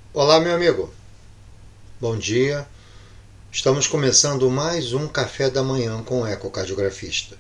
Olá, meu amigo. Bom dia. Estamos começando mais um Café da Manhã com o ecocardiografista.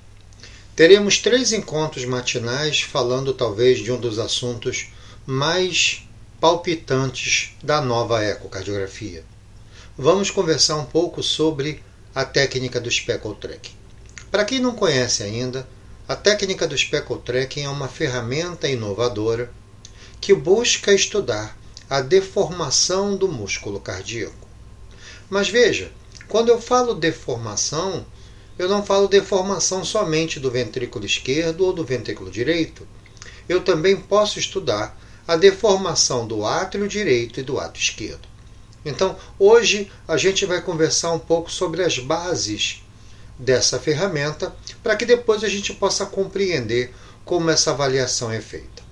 Teremos 3 encontros matinais falando talvez de um dos assuntos mais palpitantes da nova ecocardiografia. Vamos conversar um pouco sobre a técnica do Speckle Tracking. Para quem não conhece ainda, a técnica do Speckle Tracking é uma ferramenta inovadora que busca estudar a deformação do músculo cardíaco. Mas veja, quando eu falo deformação, eu não falo deformação somente do ventrículo esquerdo ou do ventrículo direito. Eu também posso estudar a deformação do átrio direito e do átrio esquerdo. Então, hoje a gente vai conversar um pouco sobre as bases dessa ferramenta, para que depois a gente possa compreender como essa avaliação é feita.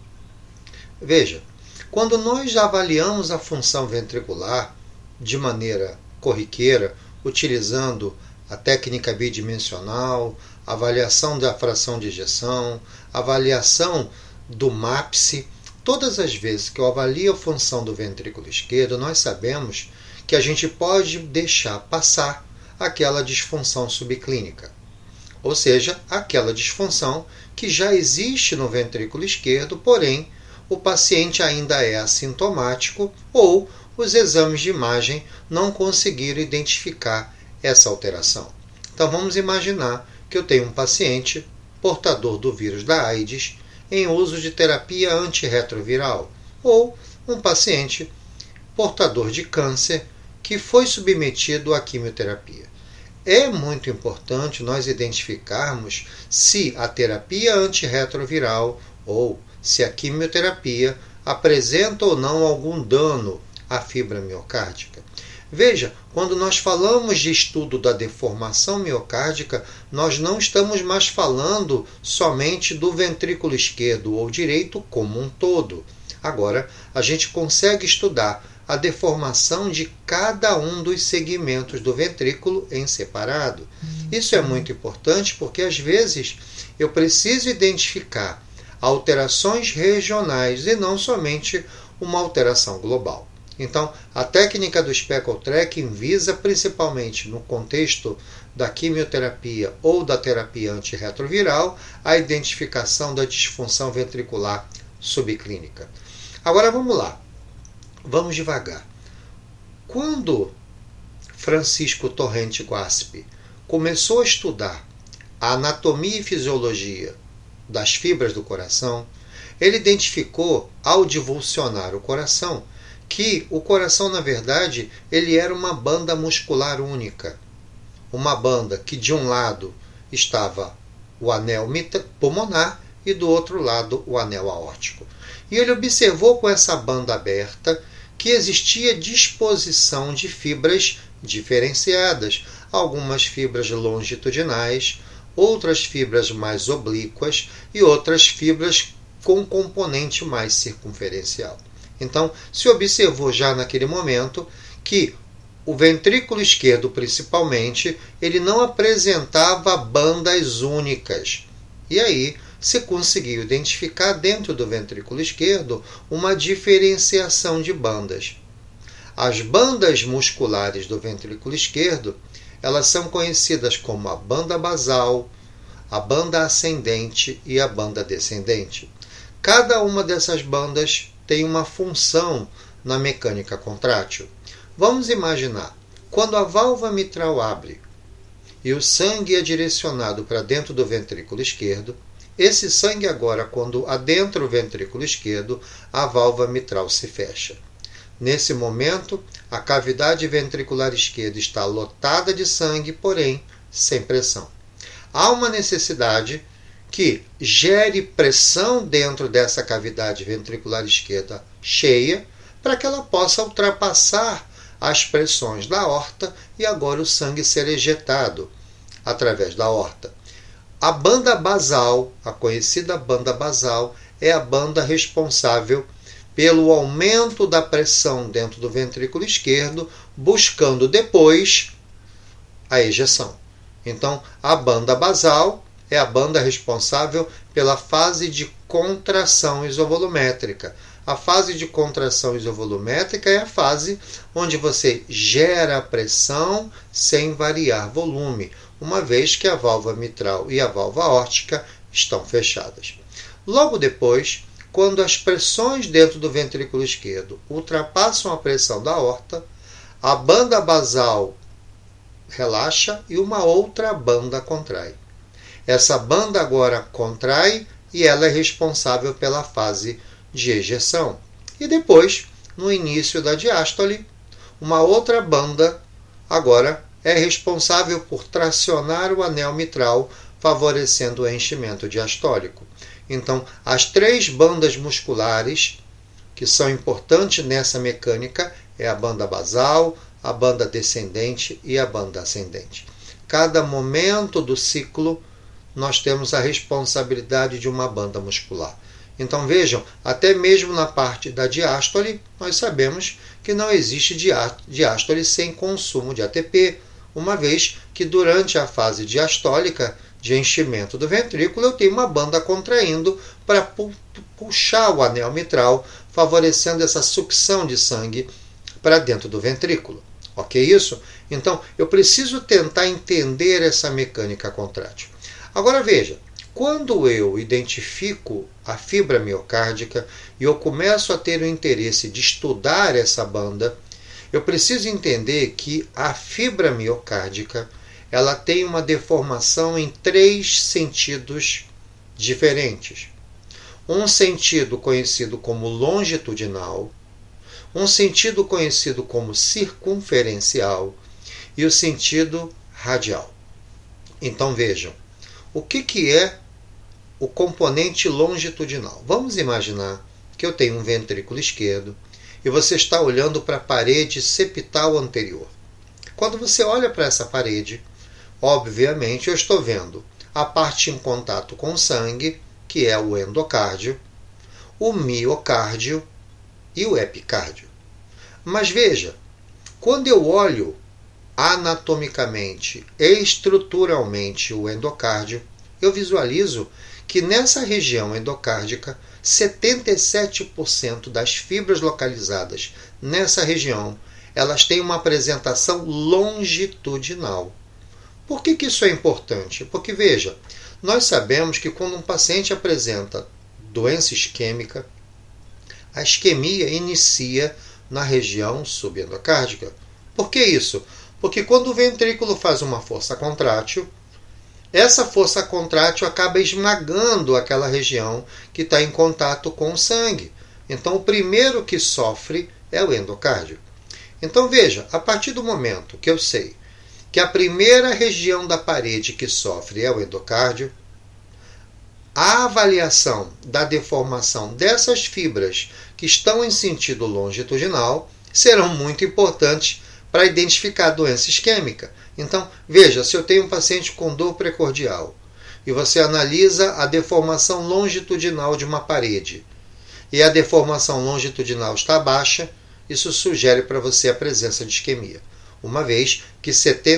Veja, quando nós avaliamos a função ventricular de maneira corriqueira, utilizando a técnica bidimensional, avaliação da fração de ejeção, avaliação do MAPS, todas as vezes que eu avalio a função do ventrículo esquerdo, nós sabemos que a gente pode deixar passar aquela disfunção subclínica, ou seja, aquela disfunção que já existe no ventrículo esquerdo, porém o paciente ainda é assintomático ou os exames de imagem não conseguiram identificar essa alteração. Então vamos imaginar que eu tenho um paciente portador do vírus da AIDS em uso de terapia antirretroviral ou um paciente portador de câncer que foi submetido à quimioterapia. É muito importante nós identificarmos se a terapia antirretroviral ou se a quimioterapia apresenta ou não algum dano à fibra miocárdica. Veja, quando nós falamos de estudo da deformação miocárdica, nós não estamos mais falando somente do ventrículo esquerdo ou direito como um todo. Agora, a gente consegue estudar a deformação de cada um dos segmentos do ventrículo em separado. Isso é muito importante porque, às vezes, eu preciso identificar alterações regionais e não somente uma alteração global. Então, a técnica do Speckle Tracking visa principalmente no contexto da quimioterapia ou da terapia antirretroviral a identificação da disfunção ventricular subclínica. Agora vamos lá, vamos devagar. Quando Francisco Torrente Guaspi começou a estudar a anatomia e fisiologia das fibras do coração, ele identificou, ao divulsionar o coração, que o coração, na verdade, ele era uma banda muscular única. Uma banda que, de um lado, estava o anel pulmonar e, do outro lado, o anel aórtico. E ele observou com essa banda aberta que existia disposição de fibras diferenciadas, algumas fibras longitudinais, outras fibras mais oblíquas e outras fibras com componente mais circunferencial. Então, se observou já naquele momento que o ventrículo esquerdo, principalmente, ele não apresentava bandas únicas. E aí se conseguiu identificar dentro do ventrículo esquerdo uma diferenciação de bandas. As bandas musculares do ventrículo esquerdo, elas são conhecidas como a banda basal, a banda ascendente e a banda descendente. Cada uma dessas bandas tem uma função na mecânica contrátil. Vamos imaginar, quando a válvula mitral abre e o sangue é direcionado para dentro do ventrículo esquerdo, esse sangue agora, quando adentra o ventrículo esquerdo, a válvula mitral se fecha. Nesse momento, a cavidade ventricular esquerda está lotada de sangue, porém sem pressão. Há uma necessidade que gere pressão dentro dessa cavidade ventricular esquerda cheia, para que ela possa ultrapassar as pressões da aorta e agora o sangue ser ejetado através da aorta. A banda basal, a conhecida banda basal, é a banda responsável pelo aumento da pressão dentro do ventrículo esquerdo, buscando depois a ejeção. Então, a banda basal é a banda responsável pela fase de contração isovolumétrica, a fase de contração isovolumétrica é a fase onde você gera pressão sem variar volume, uma vez que a válvula mitral e a válvula aórtica estão fechadas. Logo depois, quando as pressões dentro do ventrículo esquerdo ultrapassam a pressão da aorta, a banda basal relaxa e uma outra banda contrai. Essa banda agora contrai e ela é responsável pela fase de ejeção. E depois, no início da diástole, uma outra banda agora é responsável por tracionar o anel mitral, favorecendo o enchimento diastólico. Então, as 3 bandas musculares que são importantes nessa mecânica é a banda basal, a banda descendente e a banda ascendente. Cada momento do ciclo nós temos a responsabilidade de uma banda muscular. Então vejam, até mesmo na parte da diástole, nós sabemos que não existe diástole sem consumo de ATP, uma vez que durante a fase diastólica de enchimento do ventrículo eu tenho uma banda contraindo para puxar o anel mitral, favorecendo essa sucção de sangue para dentro do ventrículo. Ok isso? Então eu preciso tentar entender essa mecânica contrátil. Agora veja, quando eu identifico a fibra miocárdica e eu começo a ter o interesse de estudar essa banda, eu preciso entender que a fibra miocárdica ela tem uma deformação em 3 sentidos diferentes. Um sentido conhecido como longitudinal, um sentido conhecido como circunferencial e o sentido radial. Então vejam, o que é o componente longitudinal? Vamos imaginar que eu tenho um ventrículo esquerdo e você está olhando para a parede septal anterior. Quando você olha para essa parede, obviamente eu estou vendo a parte em contato com o sangue, que é o endocárdio, o miocárdio e o epicárdio. Mas veja, quando eu olho anatomicamente e estruturalmente o endocárdio, eu visualizo que nessa região endocárdica, 77% das fibras localizadas nessa região, elas têm uma apresentação longitudinal. Por que isso é importante? Porque, veja, nós sabemos que quando um paciente apresenta doença isquêmica, a isquemia inicia na região subendocárdica. Por que isso? Porque quando o ventrículo faz uma força contrátil, essa força contrátil acaba esmagando aquela região que está em contato com o sangue. Então, o primeiro que sofre é o endocárdio. Então, veja, a partir do momento que eu sei que a primeira região da parede que sofre é o endocárdio, a avaliação da deformação dessas fibras que estão em sentido longitudinal serão muito importantes para identificar a doença isquêmica. Então, veja, se eu tenho um paciente com dor precordial e você analisa a deformação longitudinal de uma parede e a deformação longitudinal está baixa, isso sugere para você a presença de isquemia, uma vez que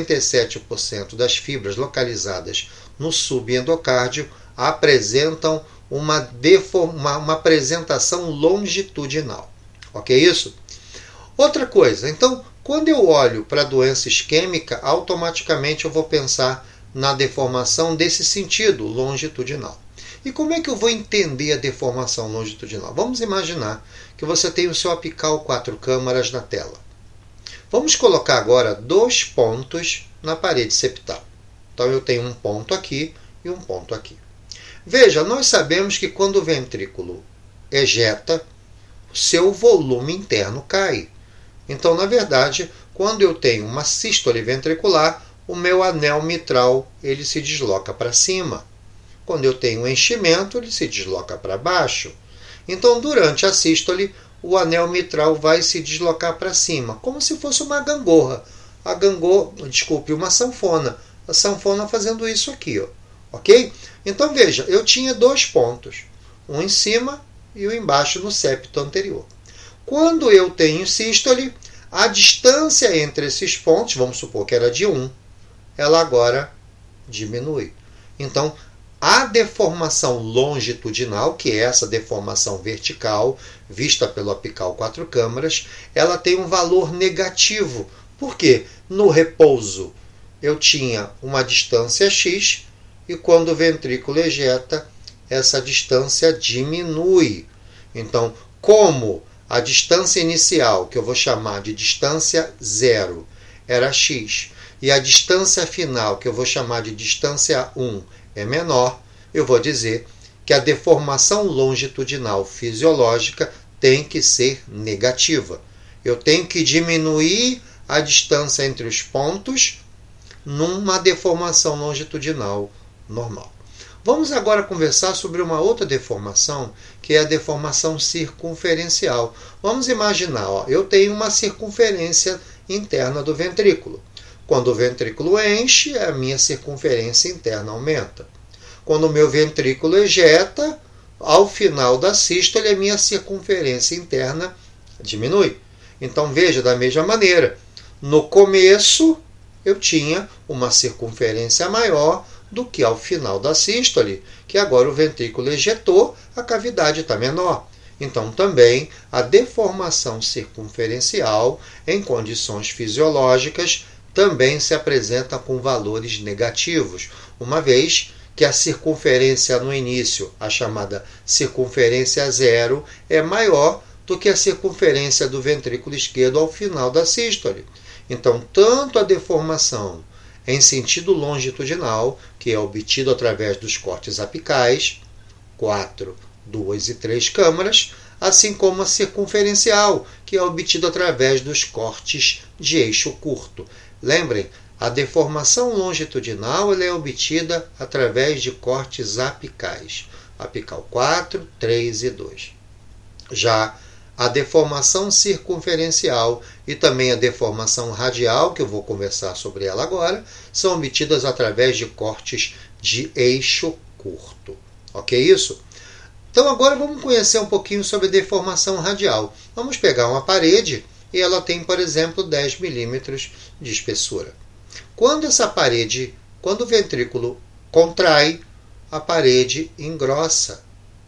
77% das fibras localizadas no subendocárdio apresentam uma apresentação longitudinal. Ok isso? Outra coisa, então, quando eu olho para a doença isquêmica, automaticamente eu vou pensar na deformação desse sentido longitudinal. E como é que eu vou entender a deformação longitudinal? Vamos imaginar que você tem o seu apical 4 câmaras na tela. Vamos colocar agora 2 pontos na parede septal. Então eu tenho um ponto aqui e um ponto aqui. Veja, nós sabemos que quando o ventrículo ejeta, seu volume interno cai. Então, na verdade, quando eu tenho uma sístole ventricular, o meu anel mitral ele se desloca para cima. Quando eu tenho um enchimento, ele se desloca para baixo. Então, durante a sístole, o anel mitral vai se deslocar para cima, como se fosse uma gangorra. Uma sanfona. A sanfona fazendo isso aqui, ó. Ok? Então, veja, eu tinha 2 pontos, um em cima e um embaixo no septo anterior. Quando eu tenho sístole, a distância entre esses pontos, vamos supor que era de 1, ela agora diminui. Então, A deformação longitudinal, que é essa deformação vertical, vista pelo apical 4 câmaras, ela tem um valor negativo. Por quê? No repouso, eu tinha uma distância x, e quando o ventrículo ejeta, essa distância diminui. Então, como a distância inicial, que eu vou chamar de distância zero, era x, e a distância final, que eu vou chamar de distância 1, é menor, eu vou dizer que a deformação longitudinal fisiológica tem que ser negativa. Eu tenho que diminuir a distância entre os pontos numa deformação longitudinal normal. Vamos agora conversar sobre uma outra deformação, que é a deformação circunferencial. Vamos imaginar, eu tenho uma circunferência interna do ventrículo. Quando o ventrículo enche, a minha circunferência interna aumenta. Quando o meu ventrículo ejeta, ao final da sístole, a minha circunferência interna diminui. Então veja, da mesma maneira, no começo eu tinha uma circunferência maior do que ao final da sístole, que agora o ventrículo ejetou, a cavidade está menor. Então também a deformação circunferencial em condições fisiológicas também se apresenta com valores negativos, uma vez que a circunferência no início, a chamada circunferência zero, é maior do que a circunferência do ventrículo esquerdo ao final da sístole. Então, tanto a deformação em sentido longitudinal, que é obtido através dos cortes apicais, 4, 2 e 3 câmaras, assim como a circunferencial, que é obtido através dos cortes de eixo curto. Lembrem, a deformação longitudinal ela é obtida através de cortes apicais, apical 4, 3 e 2. Já a deformação circunferencial e também a deformação radial, que eu vou conversar sobre ela agora, são obtidas através de cortes de eixo curto. Ok isso? Então agora vamos conhecer um pouquinho sobre a deformação radial. Vamos pegar uma parede e ela tem, por exemplo, 10 milímetros de espessura. Quando o ventrículo contrai, a parede engrossa.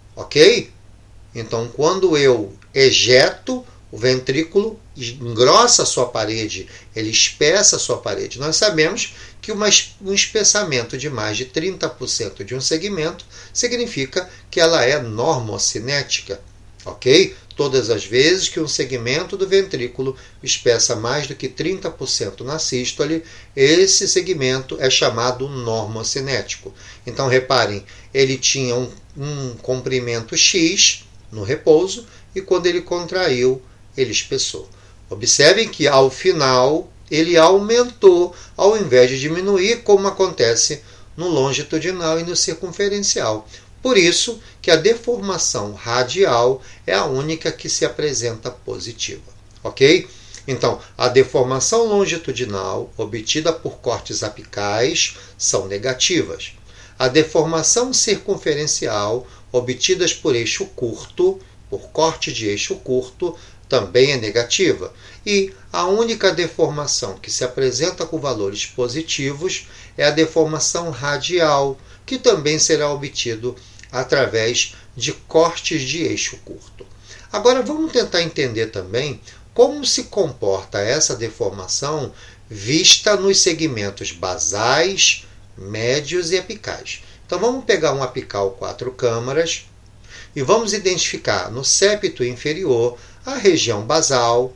Ok? Então, quando eu ejeto, o ventrículo engrossa a sua parede, ele espessa a sua parede. Nós sabemos que um espessamento de mais de 30% de um segmento significa que ela é normocinética. Ok? Todas as vezes que um segmento do ventrículo espessa mais do que 30% na sístole, esse segmento é chamado normocinético. Então, reparem, ele tinha um comprimento X no repouso e quando ele contraiu, ele espessou. Observem que ao final ele aumentou ao invés de diminuir, como acontece no longitudinal e no circunferencial. Por isso que a deformação radial é a única que se apresenta positiva. Ok? Então, a deformação longitudinal obtida por cortes apicais são negativas. A deformação circunferencial obtidas por eixo curto, por corte de eixo curto, também é negativa. E a única deformação que se apresenta com valores positivos é a deformação radial, que também será obtido através de cortes de eixo curto. Agora vamos tentar entender também como se comporta essa deformação vista nos segmentos basais, médios e apicais. Então vamos pegar um apical 4 câmaras e vamos identificar no septo inferior a região basal,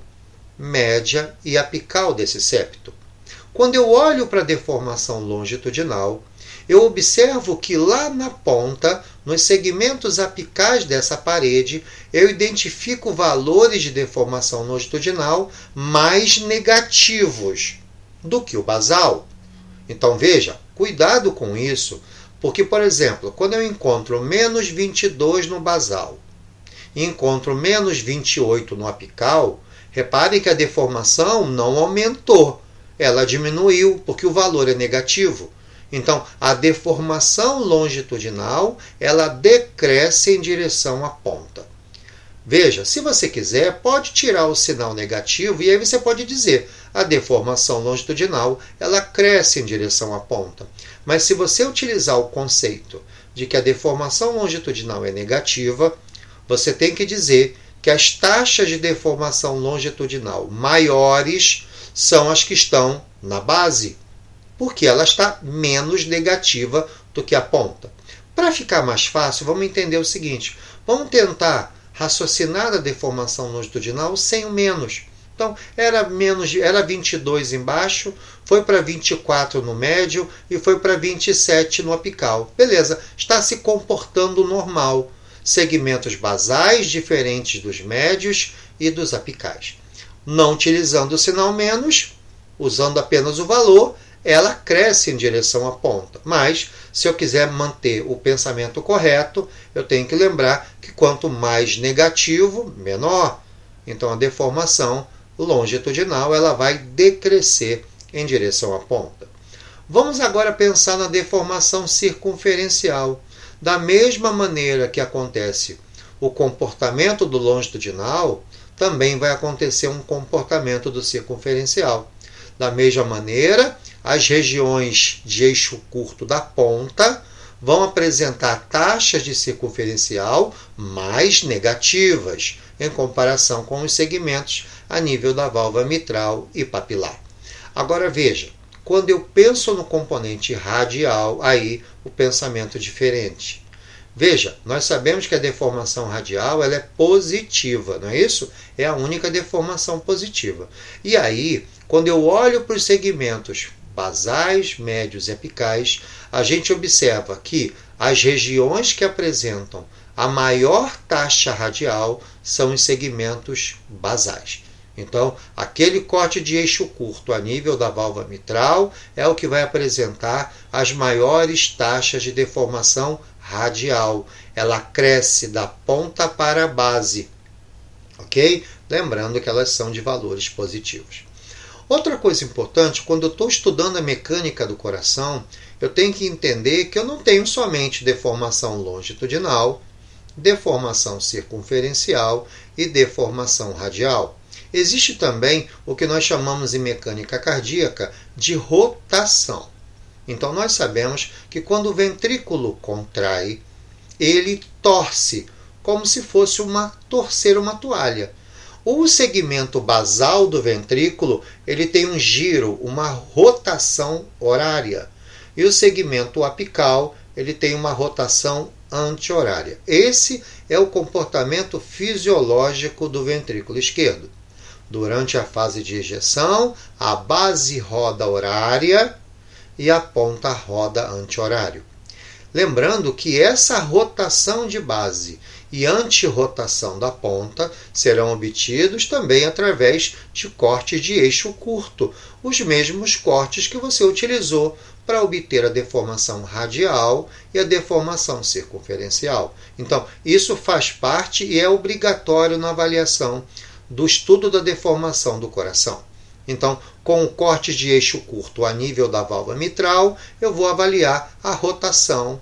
média e apical desse septo. Quando eu olho para a deformação longitudinal, eu observo que lá na ponta, nos segmentos apicais dessa parede, eu identifico valores de deformação longitudinal mais negativos do que o basal. Então veja, cuidado com isso, porque, por exemplo, quando eu encontro menos 22 no basal e encontro menos 28 no apical, reparem que a deformação não aumentou, ela diminuiu, porque o valor é negativo. Então, a deformação longitudinal, ela decresce em direção à ponta. Veja, se você quiser, pode tirar o sinal negativo e aí você pode dizer a deformação longitudinal, ela cresce em direção à ponta. Mas se você utilizar o conceito de que a deformação longitudinal é negativa, você tem que dizer que as taxas de deformação longitudinal maiores são as que estão na base, porque ela está menos negativa do que a ponta. Para ficar mais fácil, vamos entender o seguinte: vamos tentar raciocinar a deformação longitudinal sem o menos. Então, era 22 embaixo, foi para 24 no médio e foi para 27 no apical. Beleza, está se comportando normal. Segmentos basais diferentes dos médios e dos apicais. Não utilizando o sinal menos, usando apenas o valor, ela cresce em direção à ponta. Mas, se eu quiser manter o pensamento correto, eu tenho que lembrar que quanto mais negativo, menor. Então, a deformação longitudinal ela vai decrescer em direção à ponta. Vamos agora pensar na deformação circunferencial. Da mesma maneira que acontece o comportamento do longitudinal, também vai acontecer um comportamento do circunferencial. Da mesma maneira, as regiões de eixo curto da ponta vão apresentar taxas de circunferencial mais negativas, em comparação com os segmentos a nível da válvula mitral e papilar. Agora veja, quando eu penso no componente radial, aí o pensamento é diferente. Veja, nós sabemos que a deformação radial ela é positiva, não é isso? É a única deformação positiva. E aí, quando eu olho para os segmentos basais, médios e apicais, a gente observa que as regiões que apresentam a maior taxa radial são os segmentos basais. Então, aquele corte de eixo curto a nível da válvula mitral é o que vai apresentar as maiores taxas de deformação radial. Ela cresce da ponta para a base, ok? Lembrando que elas são de valores positivos. Outra coisa importante, quando eu estou estudando a mecânica do coração, eu tenho que entender que eu não tenho somente deformação longitudinal, deformação circunferencial e deformação radial. Existe também o que nós chamamos em mecânica cardíaca de rotação. Então nós sabemos que quando o ventrículo contrai, ele torce, como se fosse torcer uma toalha. O segmento basal do ventrículo ele tem um giro, uma rotação horária. E o segmento apical ele tem uma rotação anti-horária. Esse é o comportamento fisiológico do ventrículo esquerdo. Durante a fase de ejeção, a base roda horária e a ponta roda anti-horário. Lembrando que essa rotação de base e anti-rotação da ponta serão obtidos também através de cortes de eixo curto, os mesmos cortes que você utilizou para obter a deformação radial e a deformação circunferencial. Então, isso faz parte e é obrigatório na avaliação do estudo da deformação do coração. Então, com o corte de eixo curto a nível da válvula mitral, eu vou avaliar a rotação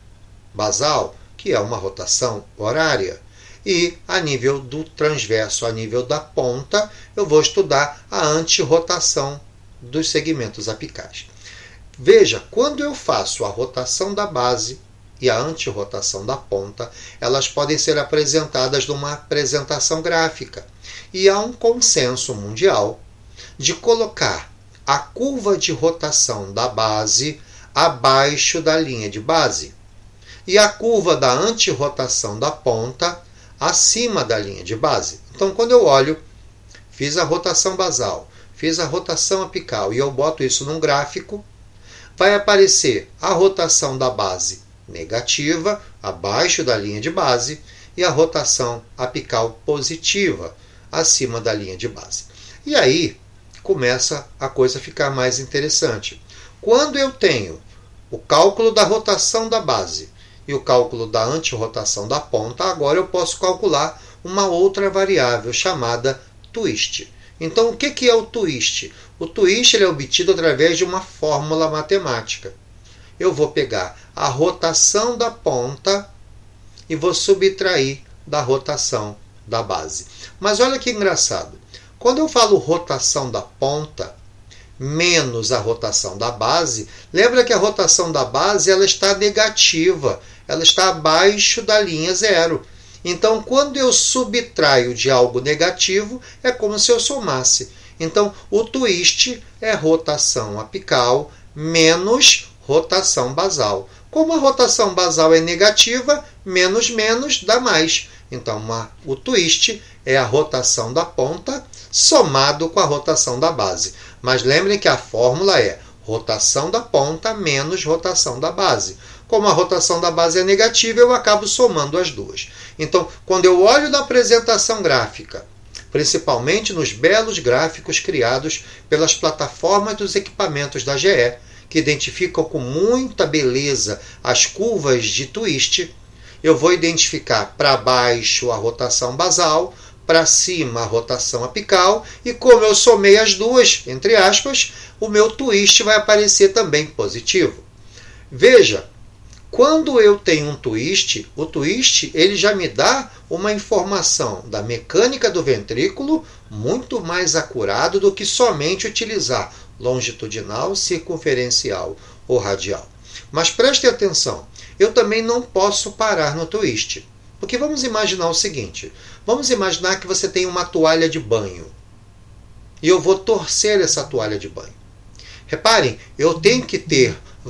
basal, que é uma rotação horária. E a nível do transverso, a nível da ponta, eu vou estudar a antirrotação dos segmentos apicais. Veja, quando eu faço a rotação da base e a antirrotação da ponta, elas podem ser apresentadas numa apresentação gráfica. E há um consenso mundial de colocar a curva de rotação da base abaixo da linha de base e a curva da antirrotação da ponta acima da linha de base. Então, quando eu olho, fiz a rotação basal, fiz a rotação apical e eu boto isso num gráfico, vai aparecer a rotação da base negativa, abaixo da linha de base, e a rotação apical positiva, acima da linha de base. E aí começa a coisa a ficar mais interessante. Quando eu tenho o cálculo da rotação da base e o cálculo da antirrotação da ponta, agora eu posso calcular uma outra variável chamada twist. Então, o que é o twist? O twist ele é obtido através de uma fórmula matemática. Eu vou pegar a rotação da ponta e vou subtrair da rotação da base. Mas olha que engraçado. Quando eu falo rotação da ponta menos a rotação da base, lembra que a rotação da base ela está negativa. ela está abaixo da linha zero. Então, quando eu subtraio de algo negativo, é como se eu somasse. Então, o twist é rotação apical menos rotação basal. Como a rotação basal é negativa, menos menos dá mais. Então, o twist é a rotação da ponta somado com a rotação da base. Mas lembrem que a fórmula é rotação da ponta menos rotação da base. Como a rotação da base é negativa, eu acabo somando as duas. Então, quando eu olho na apresentação gráfica, principalmente nos belos gráficos criados pelas plataformas dos equipamentos da GE, que identificam com muita beleza as curvas de twist, eu vou identificar para baixo a rotação basal, para cima a rotação apical, e como eu somei as duas, entre aspas, o meu twist vai aparecer também positivo. Veja, quando eu tenho um twist, o twist ele já me dá uma informação da mecânica do ventrículo muito mais acurado do que somente utilizar longitudinal, circunferencial ou radial. Mas preste atenção, eu também não posso parar no twist. Porque vamos imaginar o seguinte, vamos imaginar que você tem uma toalha de banho e eu vou torcer essa toalha de banho. Reparem, eu tenho que ter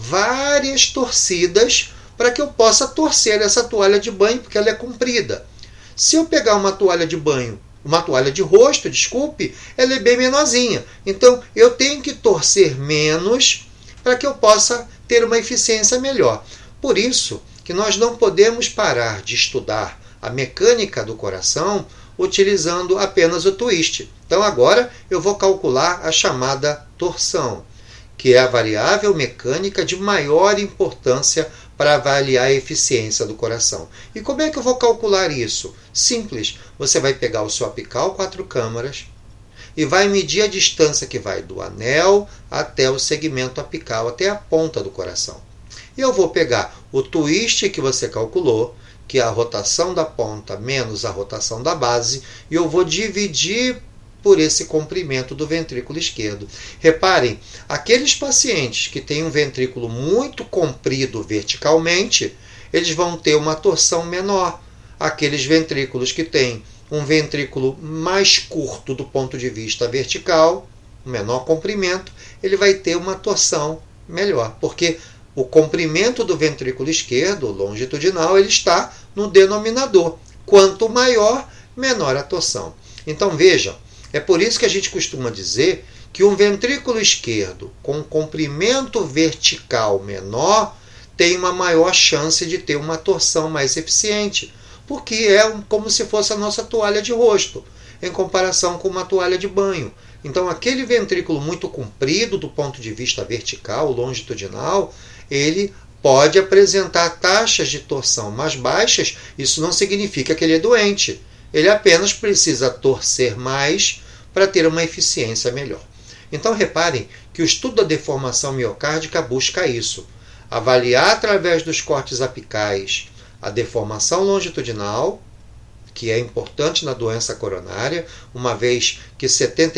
várias torcidas para que eu possa torcer essa toalha de banho, porque ela é comprida. Se eu pegar uma toalha de banho, uma toalha de rosto, desculpe, ela é bem menorzinha. Então, eu tenho que torcer menos para que eu possa ter uma eficiência melhor. Por isso que nós não podemos parar de estudar a mecânica do coração utilizando apenas o twist. Então, agora eu vou calcular a chamada torção, que é a variável mecânica de maior importância para avaliar a eficiência do coração. E como é que eu vou calcular isso? Simples. Você vai pegar o seu apical 4 câmaras e vai medir a distância que vai do anel até o segmento apical, até a ponta do coração. E eu vou pegar o twist que você calculou, que é a rotação da ponta menos a rotação da base, e eu vou dividir por esse comprimento do ventrículo esquerdo. Reparem, aqueles pacientes que têm um ventrículo muito comprido verticalmente, eles vão ter uma torção menor. Aqueles ventrículos que têm um ventrículo mais curto do ponto de vista vertical, um menor comprimento, ele vai ter uma torção melhor, porque o comprimento do ventrículo esquerdo, longitudinal, ele está no denominador. Quanto maior, menor a torção. Então vejam, é por isso que a gente costuma dizer que um ventrículo esquerdo com comprimento vertical menor tem uma maior chance de ter uma torção mais eficiente, porque é como se fosse a nossa toalha de rosto, em comparação com uma toalha de banho. Então aquele ventrículo muito comprido do ponto de vista vertical, longitudinal, ele pode apresentar taxas de torção mais baixas. Isso não significa que ele é doente. Ele apenas precisa torcer mais para ter uma eficiência melhor. Então reparem que o estudo da deformação miocárdica busca isso. Avaliar através dos cortes apicais a deformação longitudinal, que é importante na doença coronária, uma vez que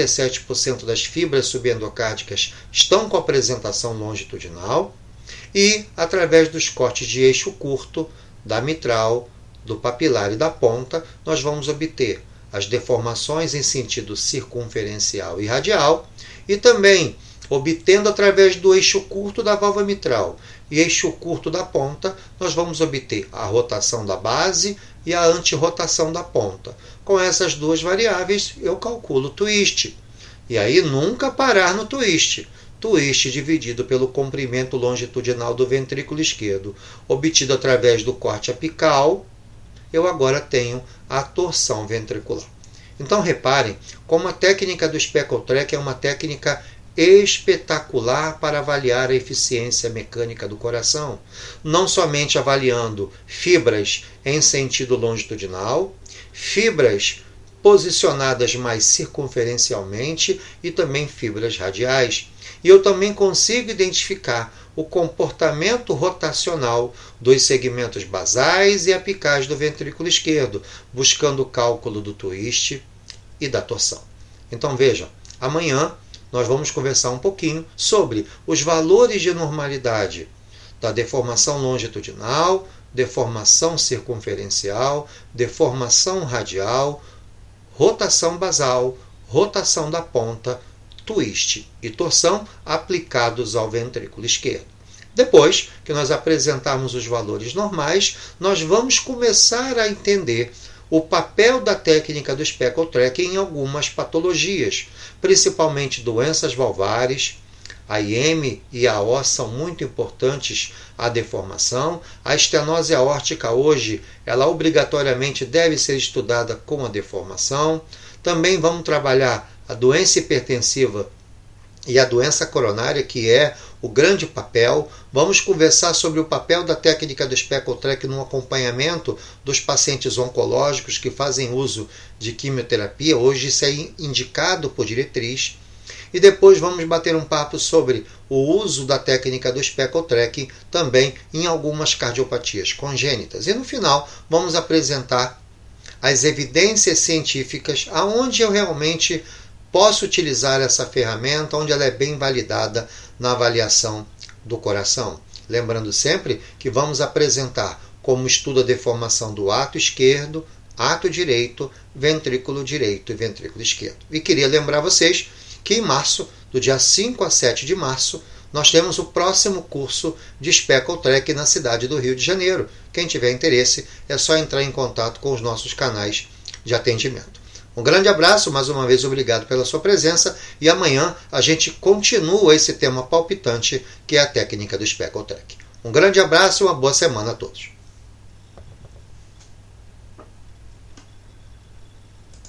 77% das fibras subendocárdicas estão com apresentação longitudinal, e através dos cortes de eixo curto, da mitral, do papilar e da ponta, nós vamos obter as deformações em sentido circunferencial e radial, e também obtendo através do eixo curto da válvula mitral e eixo curto da ponta, nós vamos obter a rotação da base e a antirrotação da ponta. Com essas duas variáveis, eu calculo o twist. E aí nunca parar no twist. Twist dividido pelo comprimento longitudinal do ventrículo esquerdo, obtido através do corte apical, eu agora tenho a torção ventricular. Então reparem como a técnica do Speckle Track é uma técnica espetacular para avaliar a eficiência mecânica do coração, não somente avaliando fibras em sentido longitudinal, fibras posicionadas mais circunferencialmente e também fibras radiais. E eu também consigo identificar o comportamento rotacional dos segmentos basais e apicais do ventrículo esquerdo, buscando o cálculo do twist e da torção. Então vejam, amanhã nós vamos conversar um pouquinho sobre os valores de normalidade da deformação longitudinal, deformação circunferencial, deformação radial, rotação basal, rotação da ponta, twist e torção aplicados ao ventrículo esquerdo. Depois que nós apresentarmos os valores normais, nós vamos começar a entender o papel da técnica do Speckle Track em algumas patologias, principalmente doenças valvares. A IM e a O são muito importantes à deformação. A estenose aórtica hoje, ela obrigatoriamente deve ser estudada com a deformação. Também vamos trabalhar a doença hipertensiva e a doença coronária, que é o grande papel. Vamos conversar sobre o papel da técnica do Speckle Track no acompanhamento dos pacientes oncológicos que fazem uso de quimioterapia. Hoje isso é indicado por diretriz. E depois vamos bater um papo sobre o uso da técnica do Speckle Track também em algumas cardiopatias congênitas. E no final vamos apresentar as evidências científicas aonde eu realmente posso utilizar essa ferramenta, onde ela é bem validada na avaliação do coração. Lembrando sempre que vamos apresentar como estudo a deformação do ato esquerdo, ato direito e ventrículo esquerdo. E queria lembrar vocês que em março, do dia 5 a 7 de março, nós temos o próximo curso de Speckle Track na cidade do Rio de Janeiro. Quem tiver interesse é só entrar em contato com os nossos canais de atendimento. Um grande abraço, mais uma vez obrigado pela sua presença e amanhã a gente continua esse tema palpitante que é a técnica do Speckle Track. Um grande abraço e uma boa semana a todos.